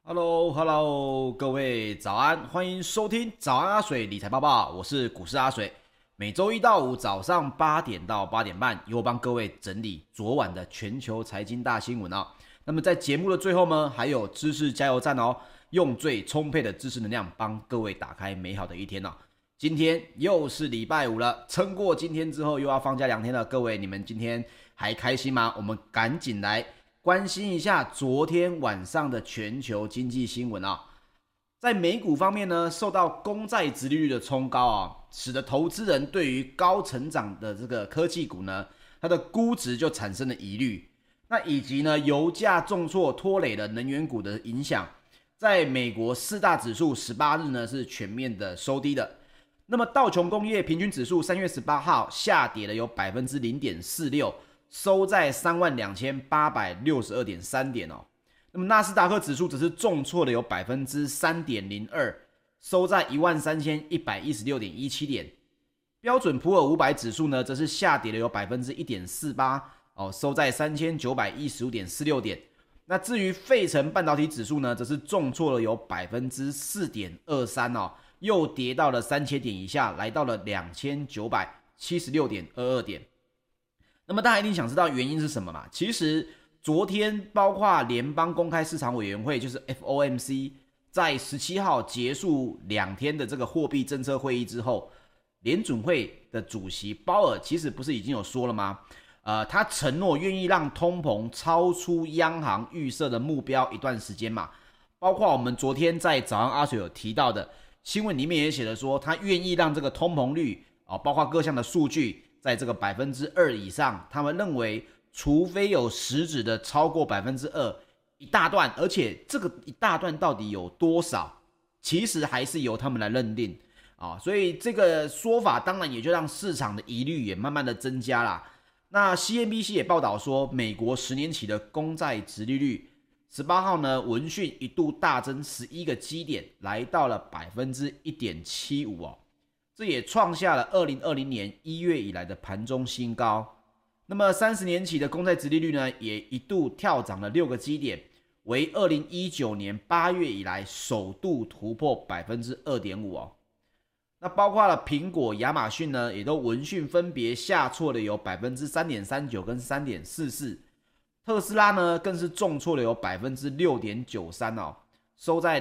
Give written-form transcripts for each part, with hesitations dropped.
Hello，各位早安，欢迎收听早安阿水理财报报，我是股市阿水。每周一到五早上8点到8点半，由我帮各位整理昨晚的全球财经大新闻啊。那么在节目的最后呢，还有知识加油站哦，用最充沛的知识能量帮各位打开美好的一天哦。今天又是礼拜五了，撑过今天之后又要放假2天了，各位你们今天还开心吗？我们赶紧来关心一下昨天晚上的全球经济新闻啊。在美股方面呢，受到公债殖利率的冲高啊，使得投资人对于高成长的这个科技股呢，它的估值就产生了疑虑。那以及呢，油价重挫拖累了能源股的影响，在美国4大指数18日呢是全面的收低的。那么道琼工业平均指数3月18号下跌了有 0.46%，收在32,862.3 点哦。那么纳斯达克指数则是重挫了有 3.02%， 收在13,116.17 点。标准普尔500指数呢则是下跌了有 1.48%， 收在3,915.46 点。那至于费城半导体指数呢则是重挫了有 4.23%， 又跌到了3000点以下，来到了 2976.22 点。那么大家一定想知道原因是什么嘛？其实昨天包括联邦公开市场委员会就是 FOMC 在17号结束2天的这个货币政策会议之后，联准会的主席鲍尔其实不是已经有说了吗？他承诺愿意让通膨超出央行预设的目标一段时间嘛。包括我们昨天在早上阿水有提到的新闻里面也写了说，他愿意让这个通膨率包括各项的数据在这个 2% 以上，他们认为除非有实质的超过 2% 一大段，而且这个一大段到底有多少，其实还是由他们来认定所以这个说法当然也就让市场的疑虑也慢慢的增加啦。那 CNBC 也报道说，美国10年期的公债殖利率18号呢，闻讯一度大增11个基点，来到了 1.75% 哦，这也创下了2020年1月以来的盘中新高。那么30年期的公债殖利率呢，也一度跳涨了6个基点，为2019年8月以来首度突破 2.5% 哦。那包括了苹果、亚马逊呢，也都闻讯分别下挫了有 3.39% 跟 3.44%。特斯拉呢更是重挫了有 6.93% 哦，收在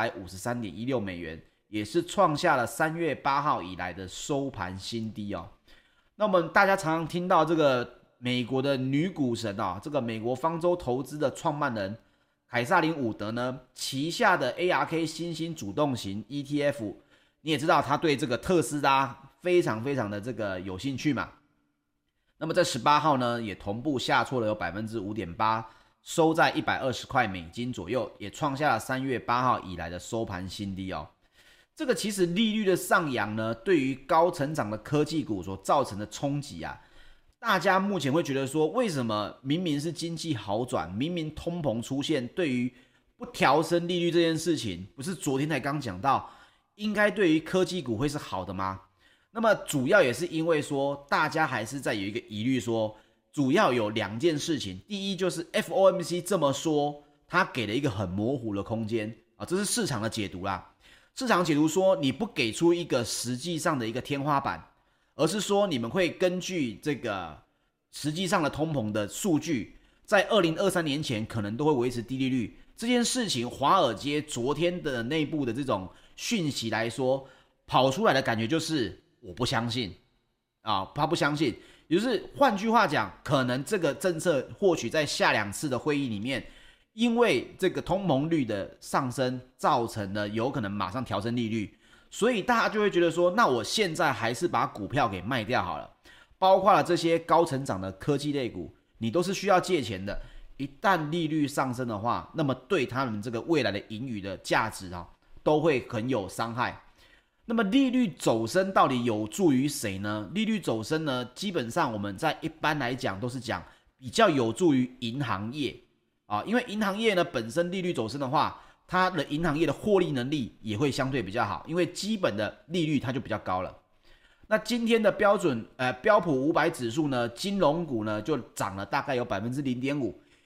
653.16美元，也是创下了3月8号以来的收盘新低哦。那我们大家常常听到这个美国的女股神这个美国方舟投资的创办人凯撒琳伍德呢，旗下的 ARK 新兴主动型 ETF， 你也知道他对这个特斯拉非常非常的这个有兴趣嘛。那么在18号呢，也同步下挫了有 5.8%， 收在120块美金左右，也创下了3月8号以来的收盘新低哦。这个其实利率的上扬呢，对于高成长的科技股所造成的冲击大家目前会觉得说，为什么明明是经济好转，明明通膨出现，对于不调升利率这件事情，不是昨天才刚讲到，应该对于科技股会是好的吗？那么主要也是因为说，大家还是在有一个疑虑说，主要有2件事情。第一就是 FOMC 这么说，它给了一个很模糊的空间这是市场的解读啦。市场解读说，你不给出一个实际上的一个天花板，而是说你们会根据这个实际上的通膨的数据，在2023年前可能都会维持低利率。这件事情，华尔街昨天的内部的这种讯息来说，跑出来的感觉就是我不相信他不相信。也就是换句话讲，可能这个政策或许在下2次的会议里面，因为这个通膨率的上升，造成了有可能马上调升利率，所以大家就会觉得说，那我现在还是把股票给卖掉好了。包括了这些高成长的科技类股，你都是需要借钱的。一旦利率上升的话，那么对他们这个未来的盈余的价值都会很有伤害。那么利率走升到底有助于谁呢？利率走升呢，基本上我们在一般来讲都是讲比较有助于银行业因为银行业呢本身利率走升的话，它的银行业的获利能力也会相对比较好，因为基本的利率它就比较高了。那今天的标普500指数呢，金融股呢就涨了大概有 0.5%，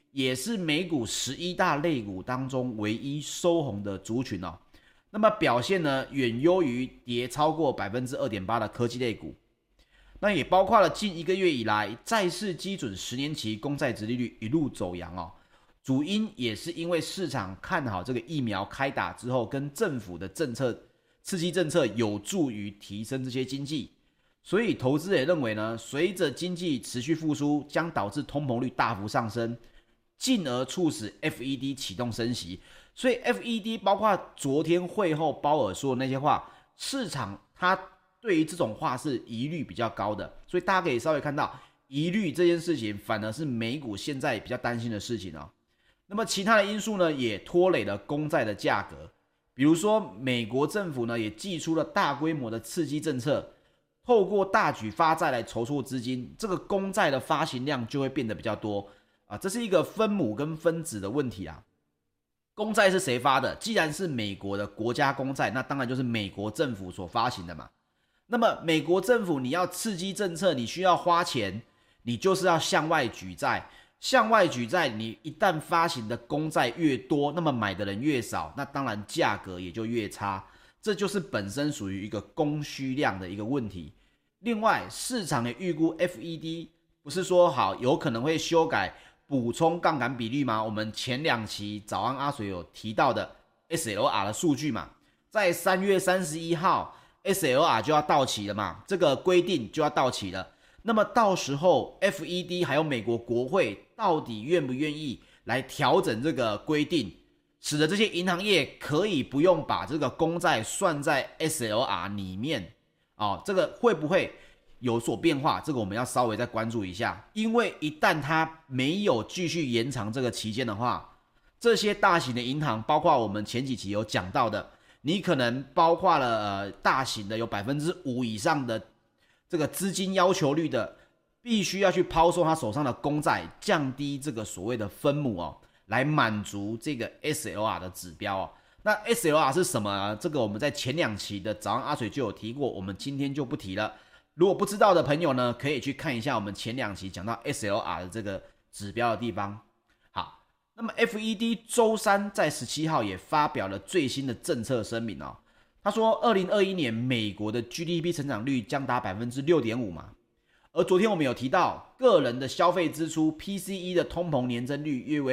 也是美股11大类股当中唯一收红的族群哦。那么表现呢，远优于跌超过 2.8% 的科技类股。那也包括了近1个月以来，债市基准10年期公债殖利率一路走扬哦。主因也是因为市场看好这个疫苗开打之后，跟政府的刺激政策有助于提升这些经济，所以投资也认为呢，随着经济持续复苏，将导致通膨率大幅上升，进而促使 FED 启动升息。所以 FED 包括昨天会后鲍尔说的那些话，市场它对于这种话是疑虑比较高的，所以大家可以稍微看到疑虑这件事情反而是美股现在比较担心的事情哦。那么其他的因素呢，也拖累了公债的价格，比如说美国政府呢也祭出了大规模的刺激政策，透过大举发债来筹措资金，这个公债的发行量就会变得比较多啊，这是一个分母跟分子的问题啊。公债是谁发的？既然是美国的国家公债，那当然就是美国政府所发行的嘛。那么美国政府你要刺激政策，你需要花钱，你就是要向外举债。向外举债，你一旦发行的公债越多，那么买的人越少，那当然价格也就越差。这就是本身属于一个供需量的一个问题。另外，市场也预估 FED 不是说好有可能会修改补充杠杆比率吗？我们前2期早安阿水有提到的 SLR 的数据嘛，在3月31号 SLR 就要到期了嘛，这个规定就要到期了。那么到时候 FED 还有美国国会到底愿不愿意来调整这个规定，使得这些银行业可以不用把这个公债算在 SLR 里面哦，这个会不会有所变化？这个我们要稍微再关注一下，因为一旦它没有继续延长这个期间的话，这些大型的银行，包括我们前几期有讲到的，你可能包括了大型的有 5% 以上的这个资金要求率的，必须要去抛售他手上的公债，降低这个所谓的分母哦，来满足这个 SLR 的指标哦。那 SLR 是什么呢？这个我们在前2期的早安阿水就有提过，我们今天就不提了。如果不知道的朋友呢，可以去看一下我们前2期讲到 SLR 的这个指标的地方。好，那么 FED 周三在17号也发表了最新的政策声明哦。他说2021年美国的 GDP 成长率将达 6.5% 嘛，而昨天我们有提到个人的消费支出 PCE 的通膨年增率约为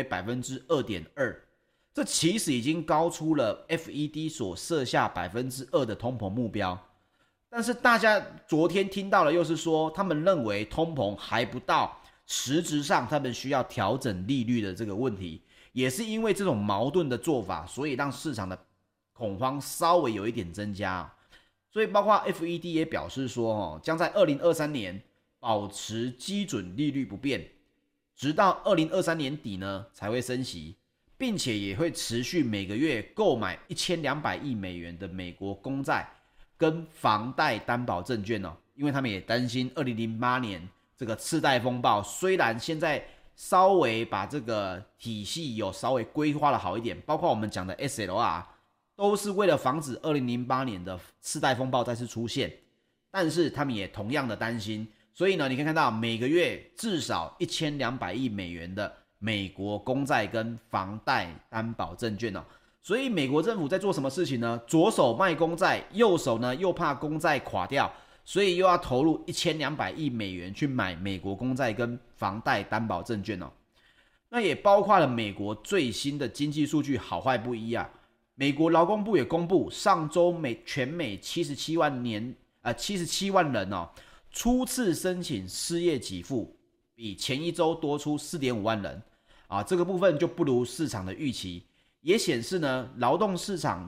2.2%， 这其实已经高出了 FED 所设下 2% 的通膨目标。但是大家昨天听到了又是说，他们认为通膨还不到实质上他们需要调整利率的这个问题，也是因为这种矛盾的做法，所以让市场的恐慌稍微有一点增加。所以包括 FED 也表示说，将在2023年保持基准利率不变，直到2023年底呢才会升息，并且也会持续每个月购买1200亿美元的美国公债跟房贷担保证券哦，因为他们也担心2008年这个次贷风暴，虽然现在稍微把这个体系有稍微规划的好一点，包括我们讲的 SLR。都是为了防止2008年的次贷风暴再次出现，但是他们也同样的担心，所以呢，你可以看到每个月至少1200亿美元的美国公债跟房贷担保证券哦。所以美国政府在做什么事情呢？左手卖公债，右手呢又怕公债垮掉，所以又要投入1200亿美元去买美国公债跟房贷担保证券哦。那也包括了美国最新的经济数据好坏不一啊。美国劳工部也公布，上周全美77万人哦，初次申请失业给付，比前一周多出 4.5 万人啊，这个部分就不如市场的预期，也显示呢，劳动市场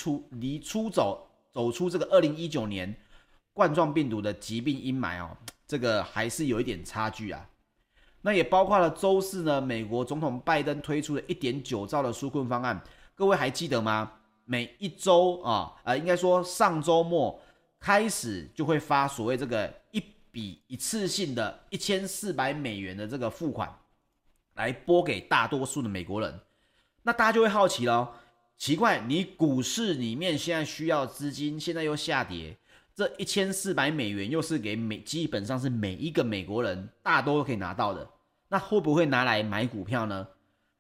走出这个2019年冠状病毒的疾病阴霾哦，这个还是有一点差距啊。那也包括了周四呢，美国总统拜登推出了 1.9 兆的纾困方案。各位还记得吗？每一周应该说上周末开始就会发所谓这个一笔一次性的1400美元的这个付款，来拨给大多数的美国人。那大家就会好奇咯，奇怪，你股市里面现在需要资金，现在又下跌，这1400美元又是给基本上是每一个美国人大多都可以拿到的，那会不会拿来买股票呢？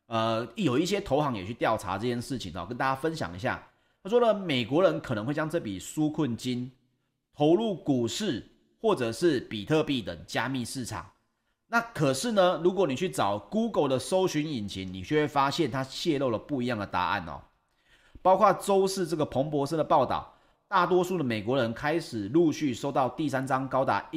有一些投行也去调查这件事情跟大家分享一下。他说呢，美国人可能会将这笔纾困金投入股市或者是比特币等加密市场。那可是呢，如果你去找 Google 的搜寻引擎，你就会发现它泄露了不一样的答案包括周四这个彭博社的报道，大多数的美国人开始陆续收到第三张高达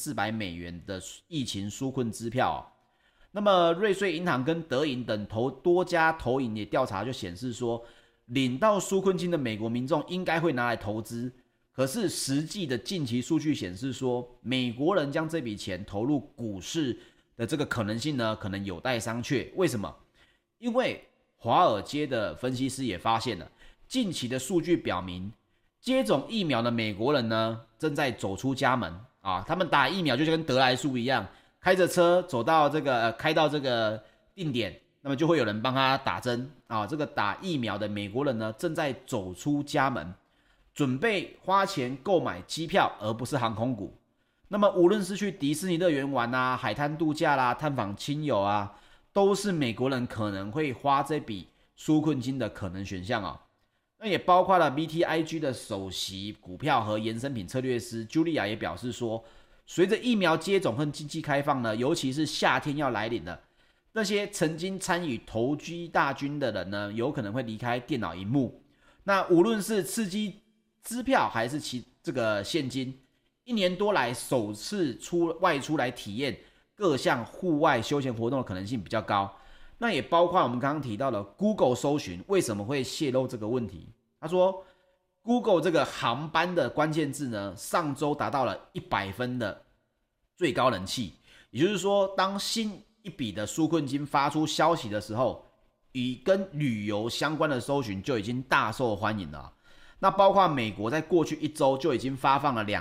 $1400的疫情纾困支票那么瑞穗银行跟德银等多家投银也调查就显示说，领到纾困金的美国民众应该会拿来投资，可是实际的近期数据显示说，美国人将这笔钱投入股市的这个可能性呢，可能有待商榷。为什么？因为华尔街的分析师也发现了，近期的数据表明，接种疫苗的美国人呢，正在走出家门他们打疫苗就跟得来速一样，开着车走到开到这个定点，那么就会有人帮他打针这个打疫苗的美国人呢，正在走出家门，准备花钱购买机票，而不是航空股。那么无论是去迪士尼乐园玩海滩度假啦，探访亲友都是美国人可能会花这笔纾困金的可能选项那也包括了 BTIG 的首席股票和衍生品策略师 Julia 也表示说，随着疫苗接种和经济开放呢，尤其是夏天要来临了，那些曾经参与投机大军的人呢，有可能会离开电脑荧幕。那无论是刺激支票还是这个现金，1年多来首次外出来体验各项户外休闲活动的可能性比较高。那也包括我们刚刚提到的 Google 搜寻为什么会泄露这个问题。他说 Google 这个航班的关键字呢，上周达到了100分的最高人气，也就是说，当新一笔的纾困金发出消息的时候，跟旅游相关的搜寻就已经大受欢迎了那包括美国在过去1周就已经发放了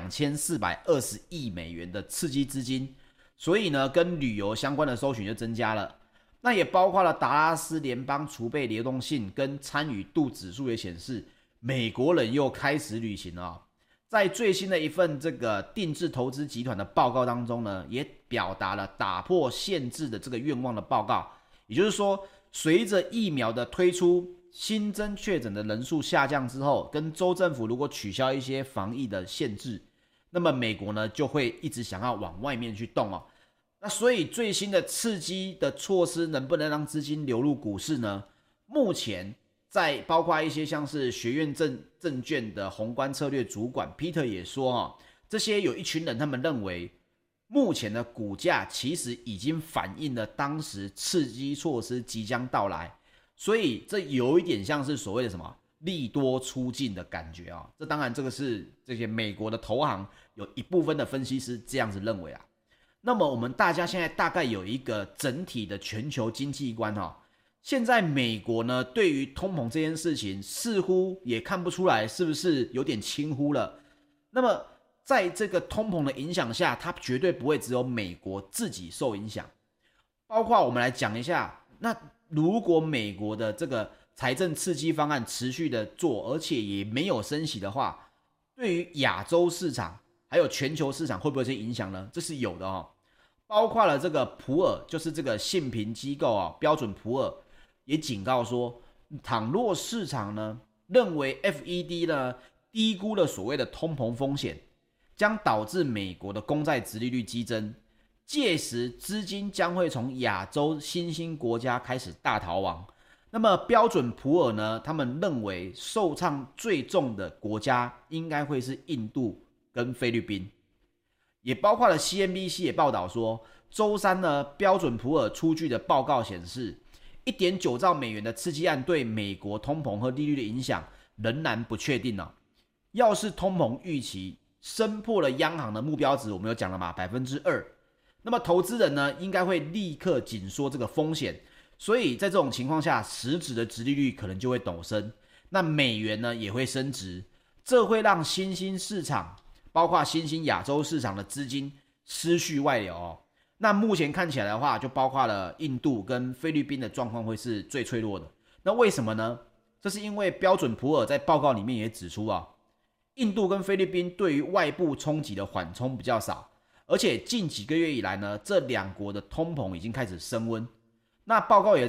$2420亿的刺激资金，所以呢，跟旅游相关的搜寻就增加了。那也包括了达拉斯联邦储备流动性跟参与度指数也显示，美国人又开始旅行了在最新的一份这个定制投资集团的报告当中呢，也表达了打破限制的这个愿望的报告。也就是说，随着疫苗的推出，新增确诊的人数下降之后，跟州政府如果取消一些防疫的限制，那么美国呢就会一直想要往外面去动那所以最新的刺激的措施能不能让资金流入股市呢？目前在包括一些像是学院证券的宏观策略主管 Peter 也说这些有一群人他们认为目前的股价其实已经反映了当时刺激措施即将到来，所以这有一点像是所谓的什么利多出尽的感觉这当然这个是这些美国的投行有一部分的分析师这样子认为那么我们大家现在大概有一个整体的全球经济观现在美国呢对于通膨这件事情似乎也看不出来是不是有点轻忽了。那么在这个通膨的影响下，它绝对不会只有美国自己受影响，包括我们来讲一下，那如果美国的这个财政刺激方案持续的做，而且也没有升息的话，对于亚洲市场还有全球市场会不会有些影响呢？这是有的包括了这个普尔，就是这个信评机构标准普尔也警告说，倘若市场呢认为 FED 呢低估了所谓的通膨风险，将导致美国的公债殖利率激增，届时资金将会从亚洲新兴国家开始大逃亡。那么标准普尔呢，他们认为受创最重的国家应该会是印度跟菲律宾，也包括了 CNBC 也报道说，周三呢，标准普尔出具的报告显示， 1.9 兆美元的刺激案对美国通膨和利率的影响仍然不确定要是通膨预期升破了央行的目标值，我们有讲了嘛 2%， 那么投资人呢应该会立刻紧缩这个风险，所以在这种情况下，实质的殖利率可能就会陡升，那美元呢也会升值，这会让新兴市场包括新兴亚洲市场的资金失去外流那目前看起来的话，就包括了印度跟菲律宾的状况会是最脆弱的。那为什么呢？这是因为标准普尔在报告里面也指出印度跟菲律宾对于外部冲击的缓冲比较少，而且近几个月以来呢，这两国的通膨已经开始升温。那报告也称，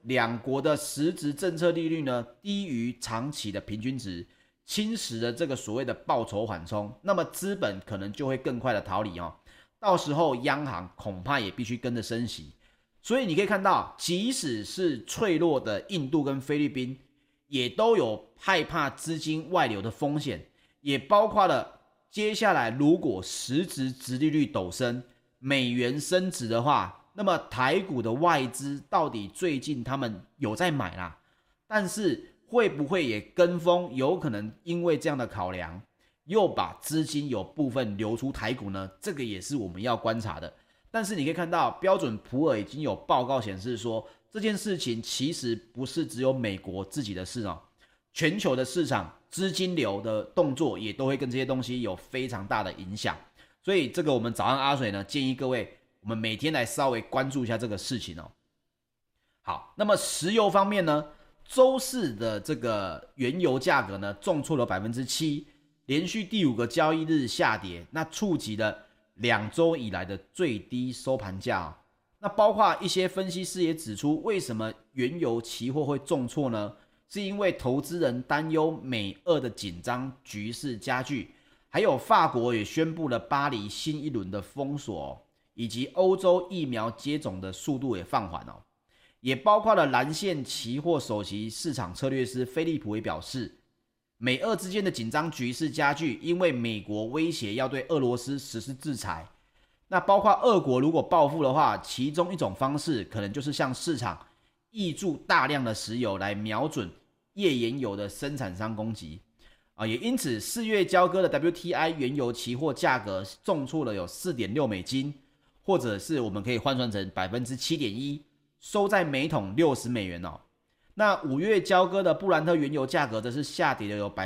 两国的实质政策利率呢低于长期的平均值，侵蚀了这个所谓的报酬缓冲，那么资本可能就会更快的逃离哦。到时候央行恐怕也必须跟着升息。所以你可以看到，即使是脆弱的印度跟菲律宾，也都有害怕资金外流的风险，也包括了接下来如果实质殖利率陡升，美元升值的话，那么台股的外资到底最近他们有在买啦，但是会不会也跟风？有可能因为这样的考量，又把资金有部分流出台股呢？这个也是我们要观察的。但是你可以看到，标准普尔已经有报告显示说，这件事情其实不是只有美国自己的事哦，全球的市场资金流的动作也都会跟这些东西有非常大的影响。所以这个我们早上阿水呢建议各位，我们每天来稍微关注一下这个事情哦。好，那么石油方面呢，周四的这个原油价格呢重挫了 7%， 连续第5个交易日下跌，那触及了2周以来的最低收盘价哦。那包括一些分析师也指出，为什么原油期货会重挫呢？是因为投资人担忧美俄的紧张局势加剧，还有法国也宣布了巴黎新一轮的封锁，以及欧洲疫苗接种的速度也放缓哦。也包括了蓝线期货首席市场策略师菲利普也表示，美俄之间的紧张局势加剧，因为美国威胁要对俄罗斯实施制裁。那包括俄国如果报复的话，其中一种方式可能就是向市场挹注大量的石油来瞄准页岩油的生产商攻击也因此4月交割的 WTI 原油期货价格重挫了有 4.6 美金，或者是我们可以换算成 7.1%， 收在每桶60美元哦。那5月交割的布兰特原油价格则是下跌了有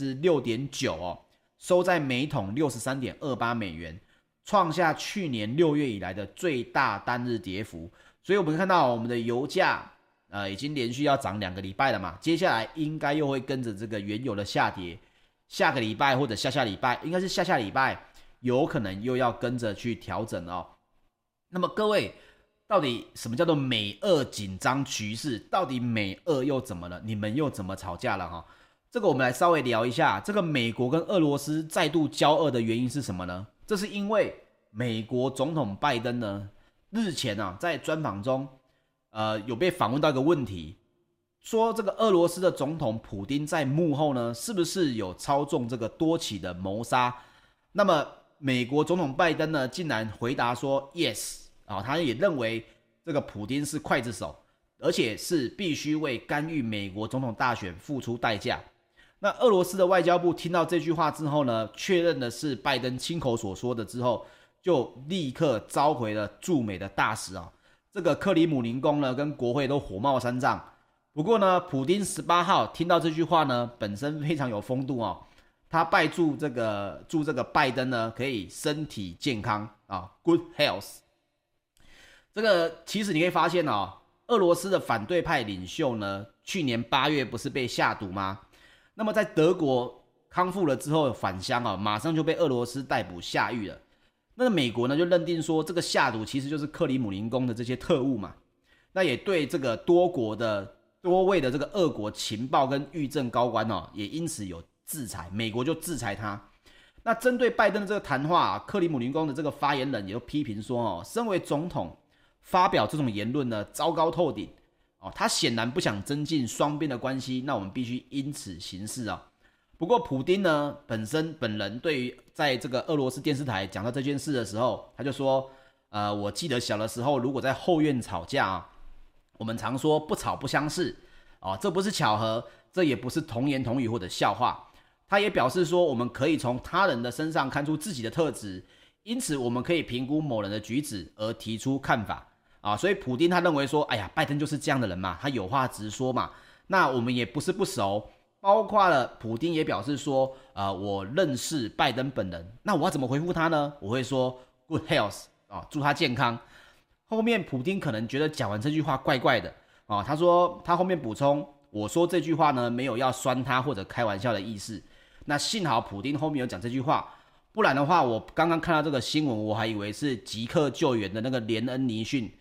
6.9% 哦，收在每桶 63.28 美元，创下去年6月以来的最大单日跌幅。所以我们看到我们的油价已经连续要涨2个礼拜了嘛，接下来应该又会跟着这个原油的下跌，下个礼拜或者下礼拜，应该是下礼拜有可能又要跟着去调整哦。那么各位，到底什么叫做美俄紧张局势？到底美俄又怎么了？你们又怎么吵架了哈？这个我们来稍微聊一下，这个美国跟俄罗斯再度交恶的原因是什么呢？这是因为美国总统拜登呢，日前在专访中有被访问到一个问题，说这个俄罗斯的总统普丁在幕后呢，是不是有操纵这个多起的谋杀？那么美国总统拜登呢，竟然回答说 yes，他也认为这个普丁是刽子手，而且是必须为干预美国总统大选付出代价。那俄罗斯的外交部听到这句话之后呢，确认的是拜登亲口所说的之后，就立刻召回了驻美的大使这个克里姆林宫呢跟国会都火冒三丈。不过呢，普丁18号听到这句话呢，本身非常有风度他祝这个拜登呢可以身体健康good health。这个其实你可以发现俄罗斯的反对派领袖呢，去年8月不是被下毒吗？那么在德国康复了之后返乡马上就被俄罗斯逮捕下狱了。那美国呢就认定说，这个下毒其实就是克里姆林宫的这些特务嘛，那也对这个多位的这个俄国情报跟狱政高官也因此有制裁，美国就制裁他。那针对拜登的这个谈话克里姆林宫的这个发言人也都批评说身为总统发表这种言论呢，糟糕透顶他显然不想增进双边的关系，那我们必须因此行事不过普丁呢本人对于在这个俄罗斯电视台讲到这件事的时候，他就说我记得小的时候如果在后院吵架我们常说不吵不相识这不是巧合，这也不是童言童语或者笑话。他也表示说，我们可以从他人的身上看出自己的特质，因此我们可以评估某人的举止而提出看法所以普丁他认为说，哎呀，拜登就是这样的人嘛，他有话直说嘛，那我们也不是不熟。包括了普丁也表示说我认识拜登本人，那我要怎么回复他呢？我会说 good health 祝他健康。后面普丁可能觉得讲完这句话怪怪的他说他后面补充，我说这句话呢没有要酸他或者开玩笑的意思。那幸好普丁后面有讲这句话，不然的话我刚刚看到这个新闻，我还以为是即刻救援的那个连恩尼逊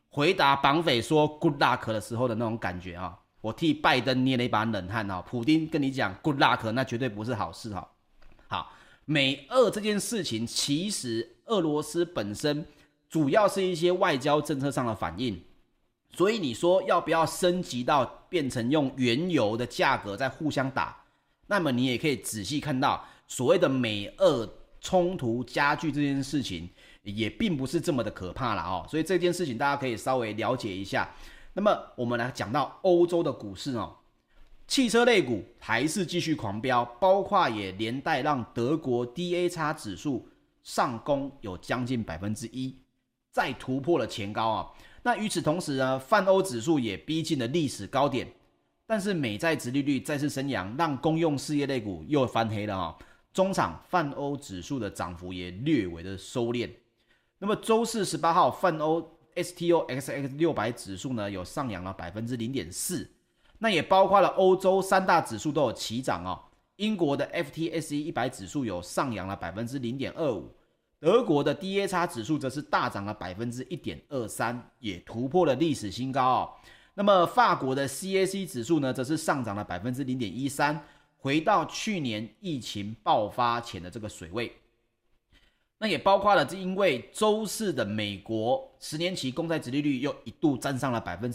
回答绑匪说 good luck 的时候的那种感觉啊，我替拜登捏了一把冷汗啊。普丁跟你讲 good luck， 那绝对不是好事哈。好，美俄这件事情，其实俄罗斯本身主要是一些外交政策上的反应，所以你说要不要升级到变成用原油的价格在互相打？那么你也可以仔细看到，所谓的美俄冲突加剧这件事情，也并不是这么的可怕啦哦。所以这件事情大家可以稍微了解一下。那么我们来讲到欧洲的股市哦。汽车类股还是继续狂飙，包括也连带让德国 DAX 指数上攻有将近 1%， 再突破了前高啊。那与此同时呢，泛欧指数也逼近了历史高点，但是美债殖利率再次升扬，让公用事业类股又翻黑了啊。中场泛欧指数的涨幅也略微的收敛。那么周四18号，泛欧 STOXX 600指数呢有上扬了 0.4%。那也包括了欧洲三大指数都有齐涨哦。英国的 FTSE 100指数有上扬了 0.25%， 德国的 DAX 指数则是大涨了 1.23%， 也突破了历史新高哦。那么法国的 CAC 指数呢，则是上涨了 0.13%， 回到去年疫情爆发前的这个水位。那也包括了因为周四的美国10年期公债殖利率又一度站上了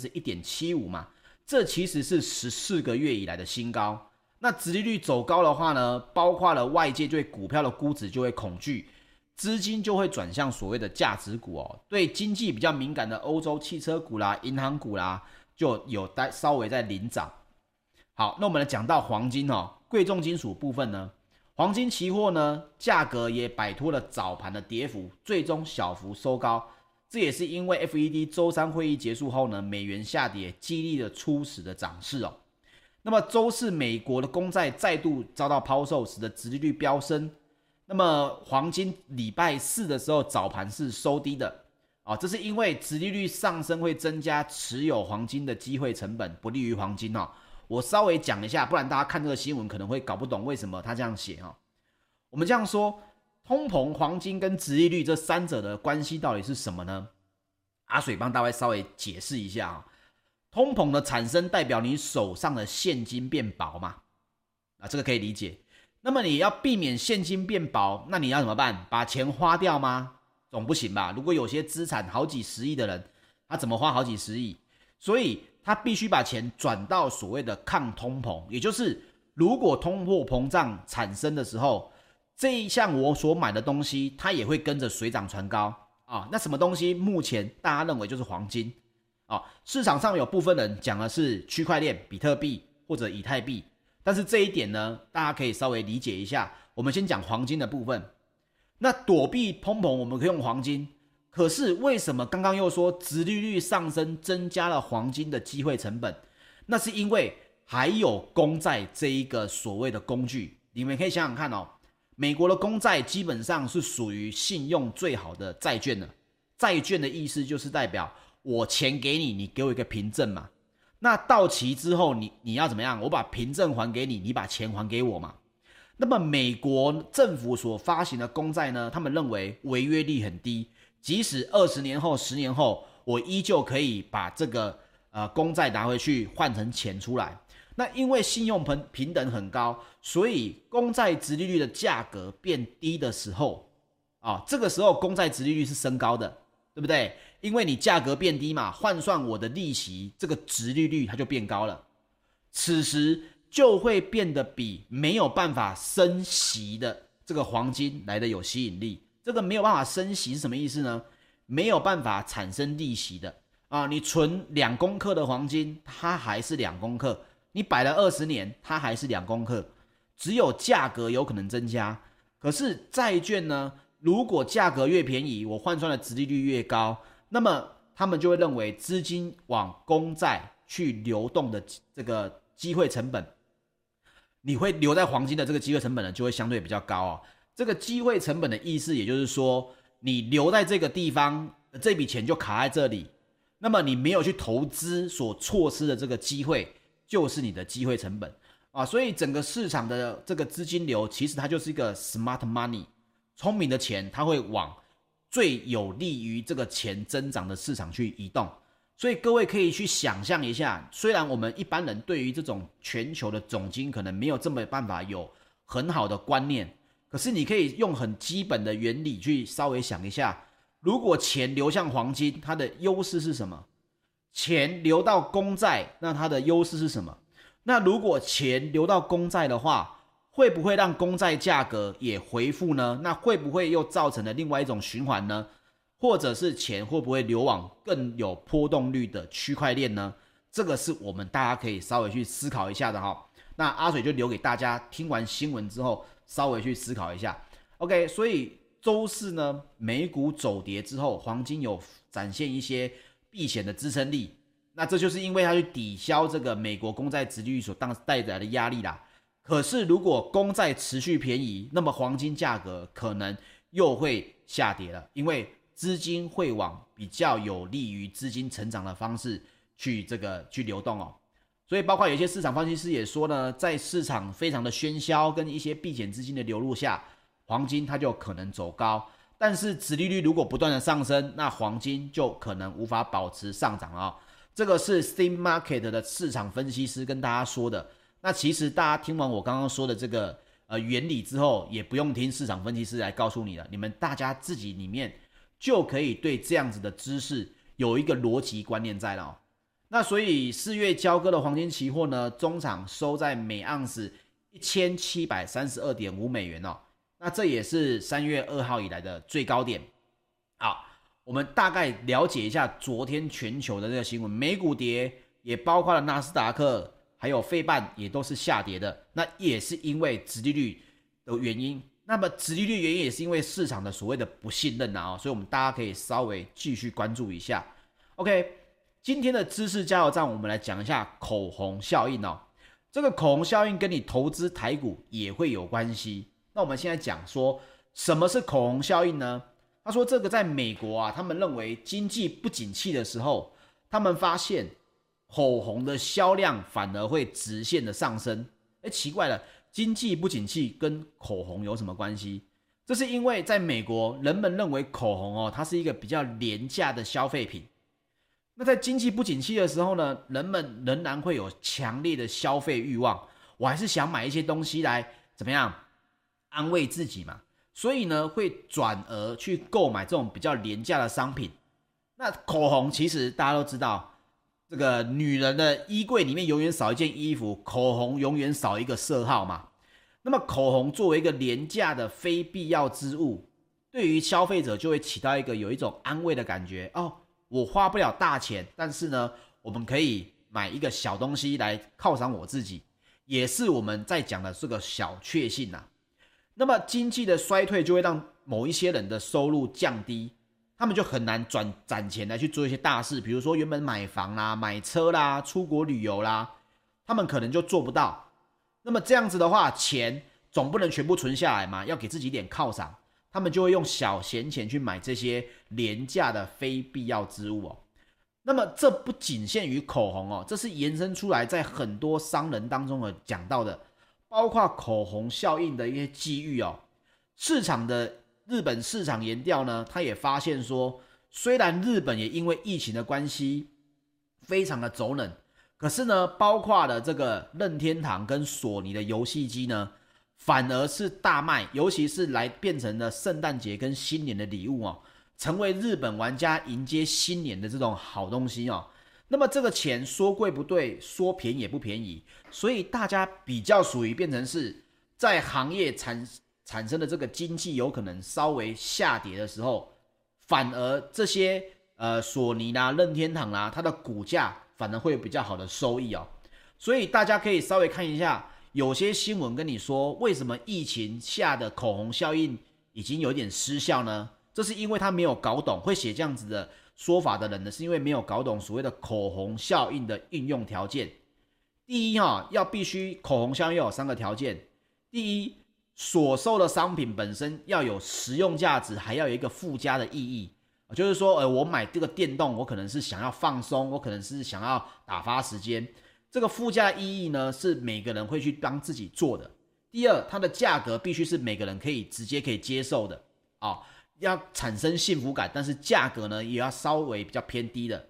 1.75% 嘛。这其实是14个月以来的新高。那殖利率走高的话呢，包括了外界对股票的估值就会恐惧，资金就会转向所谓的价值股哦。对经济比较敏感的欧洲汽车股啦、银行股啦，就有稍微在领涨。好，那我们来讲到黄金哦，贵重金属部分呢，黄金期货呢价格也摆脱了早盘的跌幅，最终小幅收高。这也是因为 FED 周三会议结束后呢，美元下跌，激励了初始的涨势哦。那么周四美国的公债再度遭到抛售，使得殖利率飙升。那么黄金礼拜四的时候早盘是收低的啊，这是因为殖利率上升会增加持有黄金的机会成本，不利于黄金哦。我稍微讲一下，不然大家看这个新闻可能会搞不懂为什么他这样写哦。我们这样说。通膨、黄金跟殖利率这三者的关系到底是什么呢？阿水帮大家稍微解释一下啊。通膨的产生代表你手上的现金变薄嘛，这个可以理解。那么你要避免现金变薄，那你要怎么办？把钱花掉吗？总不行吧？如果有些资产好几十亿的人，他怎么花好几十亿？所以他必须把钱转到所谓的抗通膨，也就是如果通货膨胀产生的时候。这一项我所买的东西，它也会跟着水涨船高啊。那什么东西？目前大家认为就是黄金啊。市场上有部分人讲的是区块链、比特币或者以太币，但是这一点呢，大家可以稍微理解一下。我们先讲黄金的部分。那躲避通膨，我们可以用黄金。可是为什么刚刚又说殖利率上升增加了黄金的机会成本？那是因为还有公债这一个所谓的工具，你们可以想想看哦。美国的公债基本上是属于信用最好的债券了。债券的意思就是代表我钱给你，你给我一个凭证嘛。那到期之后你要怎么样？我把凭证还给你，你把钱还给我嘛。那么美国政府所发行的公债呢，他们认为违约率很低，即使20年后、10年后，我依旧可以把这个公债拿回去换成钱出来。那因为信用平等很高，所以公债殖利率的价格变低的时候，这个时候公债殖利率是升高的，对不对？因为你价格变低嘛，换算我的利息，这个殖利率它就变高了。此时就会变得比没有办法升息的这个黄金来的有吸引力。这个没有办法升息是什么意思呢？没有办法产生利息的你存2公克的黄金，它还是2公克。你摆了20年，它还是2公克，只有价格有可能增加。可是债券呢，如果价格越便宜，我换算的殖利率越高，那么他们就会认为资金往公债去流动的这个机会成本，你会留在黄金的这个机会成本呢，就会相对比较高哦。这个机会成本的意思，也就是说，你留在这个地方，这笔钱就卡在这里，那么你没有去投资所错失的这个机会。就是你的机会成本所以整个市场的这个资金流，其实它就是一个 smart money， 聪明的钱它会往最有利于这个钱增长的市场去移动所以各位可以去想象一下，虽然我们一般人对于这种全球的总经可能没有这么办法有很好的观念，可是你可以用很基本的原理去稍微想一下，如果钱流向黄金，它的优势是什么？钱流到公债，那它的优势是什么？那如果钱流到公债的话，会不会让公债价格也回复呢？那会不会又造成了另外一种循环呢？或者是钱会不会流往更有波动率的区块链呢？这个是我们大家可以稍微去思考一下的哈。那阿水就留给大家听完新闻之后稍微去思考一下。OK， 所以周四呢，美股走跌之后，黄金有展现一些避险的支撑力，那这就是因为它去抵消这个美国公债殖利率所带来的压力啦。可是如果公债持续便宜，那么黄金价格可能又会下跌了，因为资金会往比较有利于资金成长的方式去流动哦。所以包括有些市场分析师也说呢，在市场非常的喧嚣跟一些避险资金的流入下，黄金它就可能走高，但是殖利率如果不断的上升，那黄金就可能无法保持上涨哦。这个是 Steam Market 的市场分析师跟大家说的。那其实大家听完我刚刚说的这个原理之后，也不用听市场分析师来告诉你了，你们大家自己里面就可以对这样子的知识有一个逻辑观念在了哦。那所以4月交割的黄金期货呢，中场收在每盎司 1732.5 美元哦。那这也是3月2号以来的最高点。好，我们大概了解一下昨天全球的这个新闻，美股跌，也包括了纳斯达克，还有费半也都是下跌的。那也是因为殖利率的原因。那么殖利率原因也是因为市场的所谓的不信任啊，所以我们大家可以稍微继续关注一下。OK， 今天的知识加油站，我们来讲一下口红效应哦。这个口红效应跟你投资台股也会有关系。那我们现在讲说什么是口红效应呢？他说这个在美国啊，他们认为经济不景气的时候，他们发现口红的销量反而会直线的上升。奇怪了，经济不景气跟口红有什么关系？这是因为在美国，人们认为口红哦，它是一个比较廉价的消费品。那在经济不景气的时候呢，人们仍然会有强烈的消费欲望，我还是想买一些东西来怎么样安慰自己嘛，所以呢会转而去购买这种比较廉价的商品。那口红其实大家都知道，这个女人的衣柜里面永远少一件衣服，口红永远少一个色号嘛。那么口红作为一个廉价的非必要之物，对于消费者就会起到一个有一种安慰的感觉哦，我花不了大钱，但是呢我们可以买一个小东西来犒赏我自己，也是我们在讲的这个小确幸啊。那么经济的衰退就会让某一些人的收入降低，他们就很难攒钱来去做一些大事，比如说原本买房啦、买车啦、出国旅游啦，他们可能就做不到。那么这样子的话，钱总不能全部存下来嘛，要给自己一点犒赏，他们就会用小闲钱去买这些廉价的非必要之物哦。那么这不仅限于口红哦，这是延伸出来在很多商人当中讲到的，包括口红效应的一些机遇哦。日本市场研调呢，他也发现说，虽然日本也因为疫情的关系非常的走冷，可是呢，包括了这个任天堂跟索尼的游戏机呢，反而是大卖，尤其是来变成了圣诞节跟新年的礼物哦，成为日本玩家迎接新年的这种好东西哦。那么这个钱说贵不对，说便宜也不便宜，所以大家比较属于变成是在行业产生的这个经济有可能稍微下跌的时候，反而这些索尼啦、任天堂啦，它的股价反而会有比较好的收益哦。所以大家可以稍微看一下，有些新闻跟你说，为什么疫情下的口红效应已经有点失效呢？这是因为他没有搞懂，会写这样子的说法的人呢，是因为没有搞懂所谓的口红效应的应用条件。第一要必须口红效应有3个条件。第一，所售的商品本身要有实用价值，还要有一个附加的意义。就是说我买这个电动，我可能是想要放松，我可能是想要打发时间，这个附加的意义呢，是每个人会去帮自己做的。第二，它的价格必须是每个人直接可以接受的要产生幸福感，但是价格呢也要稍微比较偏低的。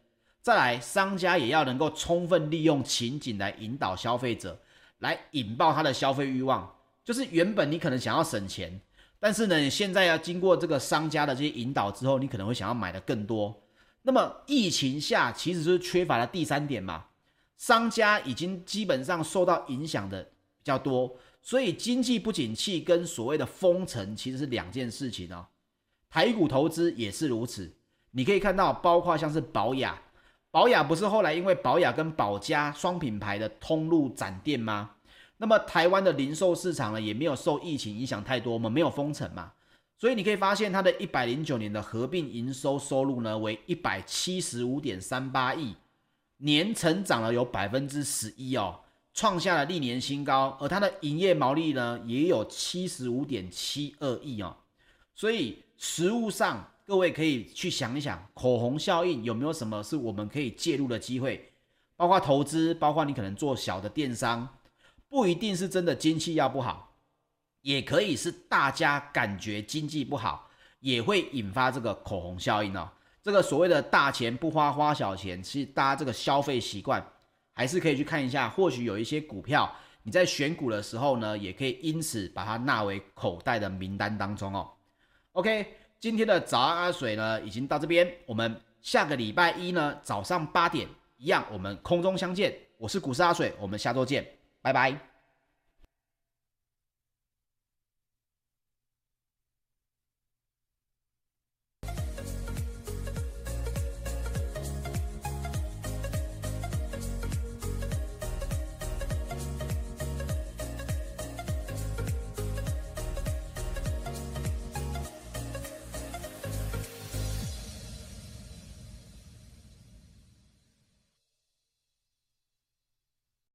再来，商家也要能够充分利用情景来引导消费者，来引爆他的消费欲望。就是原本你可能想要省钱，但是呢，你现在要经过这个商家的这些引导之后，你可能会想要买的更多。那么疫情下其实就是缺乏了第三点嘛，商家已经基本上受到影响的比较多，所以经济不景气跟所谓的封城其实是两件事情哦。台股投资也是如此，你可以看到，包括像是宝雅，宝雅不是后来因为宝雅跟宝家双品牌的通路展店吗？那么台湾的零售市场呢，也没有受疫情影响太多，我们没有封城嘛，所以你可以发现它的109年的合并营收收入呢为 175.38 亿，年成长了有 11% 哦，创下了历年新高，而它的营业毛利呢也有 75.72 亿哦，所以实务上各位可以去想一想，口红效应有没有什么是我们可以介入的机会，包括投资，包括你可能做小的电商，不一定是真的经济要不好，也可以是大家感觉经济不好，也会引发这个口红效应哦。这个所谓的大钱不花花小钱，其实大家这个消费习惯还是可以去看一下，或许有一些股票你在选股的时候呢，也可以因此把它纳为口袋的名单当中哦。OK， 今天的早安阿水呢已经到这边，我们下个礼拜一呢早上8点一样，我们空中相见。我是股市阿水，我们下周见，拜拜。